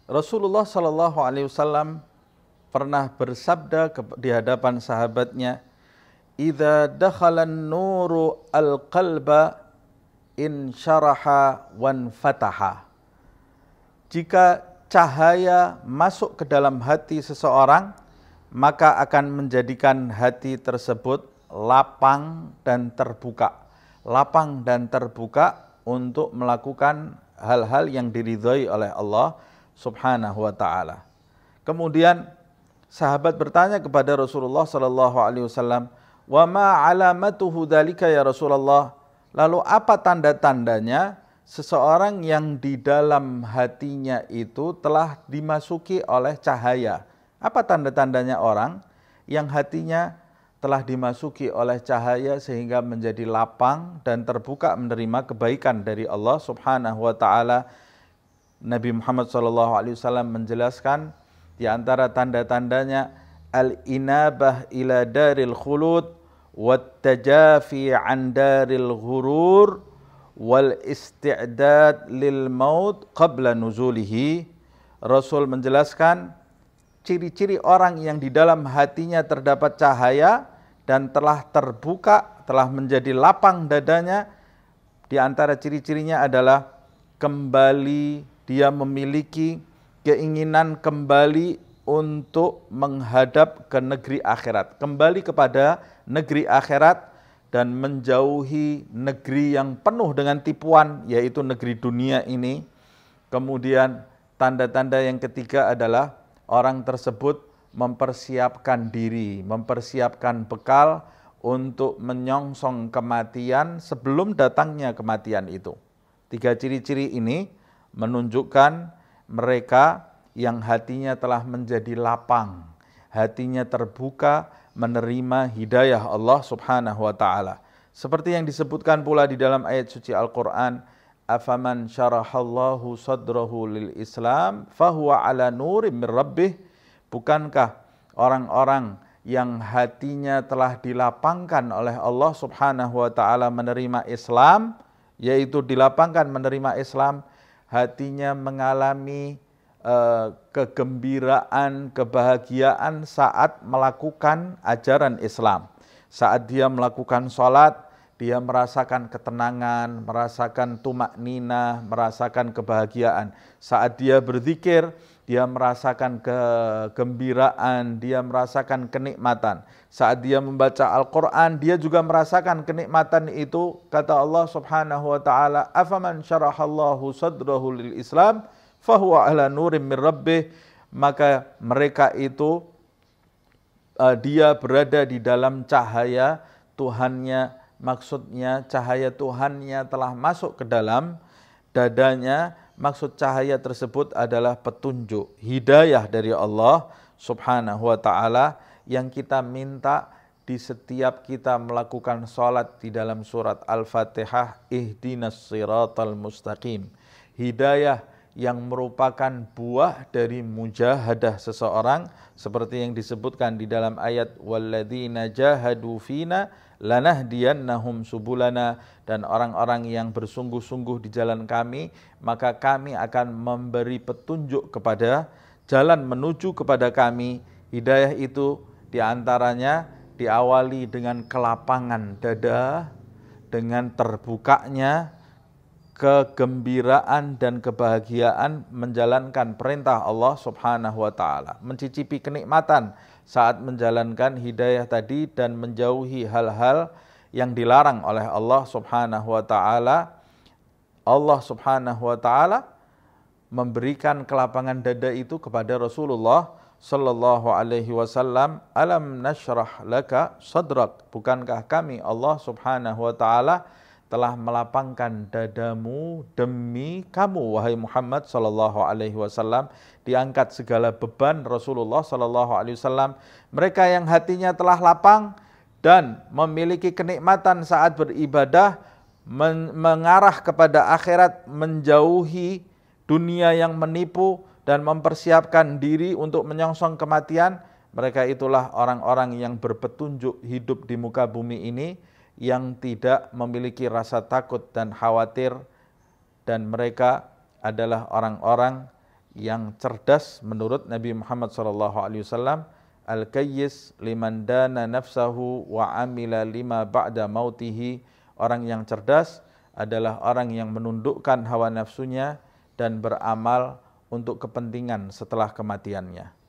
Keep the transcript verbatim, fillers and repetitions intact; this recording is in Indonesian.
Rasulullah Shallallahu Alaihi Wasallam pernah bersabda di hadapan sahabatnya, "Idza dakhalan nuru al-qalba insyaraha wan fataha." Jika cahaya masuk ke dalam hati seseorang, maka akan menjadikan hati tersebut lapang dan terbuka. Lapang dan terbuka untuk melakukan hal-hal yang diridhai oleh Allah Subhanahu wa ta'ala. Kemudian sahabat bertanya kepada Rasulullah sallallahu alaihi wasallam, "Wa ma alamatuhu dzalika ya Rasulullah?" Lalu apa tanda-tandanya seseorang yang di dalam hatinya itu telah dimasuki oleh cahaya? Apa tanda-tandanya orang yang hatinya telah dimasuki oleh cahaya sehingga menjadi lapang dan terbuka menerima kebaikan dari Allah Subhanahu wa ta'ala? Nabi Muhammad shallallahu alaihi wasallam menjelaskan di antara tanda-tandanya al-inabah ila daril khulud wat tajafi an daril ghurur wal isti'dad lil maut qabla nuzulihi. Rasul menjelaskan ciri-ciri orang yang di dalam hatinya terdapat cahaya dan telah terbuka, telah menjadi lapang dadanya. Di antara ciri-cirinya adalah kembali, dia memiliki keinginan kembali untuk menghadap ke negeri akhirat, kembali kepada negeri akhirat dan menjauhi negeri yang penuh dengan tipuan, yaitu negeri dunia ini. Kemudian tanda-tanda yang ketiga adalah orang tersebut mempersiapkan diri, mempersiapkan bekal untuk menyongsong kematian sebelum datangnya kematian itu. Tiga ciri-ciri ini menunjukkan mereka yang hatinya telah menjadi lapang, hatinya terbuka menerima hidayah Allah Subhanahu wa ta'ala. Seperti yang disebutkan pula di dalam ayat suci Al-Quran, "Afaman syarahallahu sadrahu lil Islam fahuwa ala nurim min rabbih." Bukankah orang-orang yang hatinya telah dilapangkan oleh Allah Subhanahu wa ta'ala menerima Islam, yaitu dilapangkan menerima Islam, hatinya mengalami uh, kegembiraan, kebahagiaan saat melakukan ajaran Islam. Saat dia melakukan sholat, dia merasakan ketenangan, merasakan tumak nina, merasakan kebahagiaan. Saat dia berzikir, dia merasakan kegembiraan, dia merasakan kenikmatan. Saat dia membaca Al-Quran, dia juga merasakan kenikmatan itu. Kata Allah Subhanahu wa ta'ala, "Afaman syarahallahu sadrahu lil Islam, fahuwa ala nurim min rabbih." Maka mereka itu, uh, dia berada di dalam cahaya Tuhannya, maksudnya cahaya Tuhannya telah masuk ke dalam dadanya. Maksud cahaya tersebut adalah petunjuk, hidayah dari Allah Subhanahu wa ta'ala yang kita minta di setiap kita melakukan sholat di dalam surat Al-Fatihah, ihdinas siratal mustaqim. Hidayah yang merupakan buah dari mujahadah seseorang seperti yang disebutkan di dalam ayat walladzina jahadu fina lanahdiyannahum subulana, dan orang-orang yang bersungguh-sungguh di jalan kami maka kami akan memberi petunjuk kepada jalan menuju kepada kami. Hidayah itu diantaranya diawali dengan kelapangan dada, dengan terbukanya kegembiraan dan kebahagiaan menjalankan perintah Allah Subhanahu wa ta'ala, mencicipi kenikmatan saat menjalankan hidayah tadi dan menjauhi hal-hal yang dilarang oleh Allah Subhanahu wa ta'ala. Allah Subhanahu wa ta'ala memberikan kelapangan dada itu kepada Rasulullah sallallahu alaihi wasallam. Alam nashrah laka sadrak, bukankah kami Allah Subhanahu wa ta'ala telah melapangkan dadamu demi kamu wahai Muhammad sallallahu alaihi wasallam. Diangkat segala beban Rasulullah sallallahu alaihi wasallam. Mereka yang hatinya telah lapang dan memiliki kenikmatan saat beribadah, men- mengarah kepada akhirat, menjauhi dunia yang menipu dan mempersiapkan diri untuk menyongsong kematian. Mereka itulah orang-orang yang berpetunjuk hidup di muka bumi ini, yang tidak memiliki rasa takut dan khawatir, dan mereka adalah orang-orang yang cerdas menurut Nabi Muhammad shallallahu alaihi wasallam, al-kayyis liman dana nafsahu wa amila lima ba'da mautihi. Orang yang cerdas adalah orang yang menundukkan hawa nafsunya dan beramal untuk kepentingan setelah kematiannya.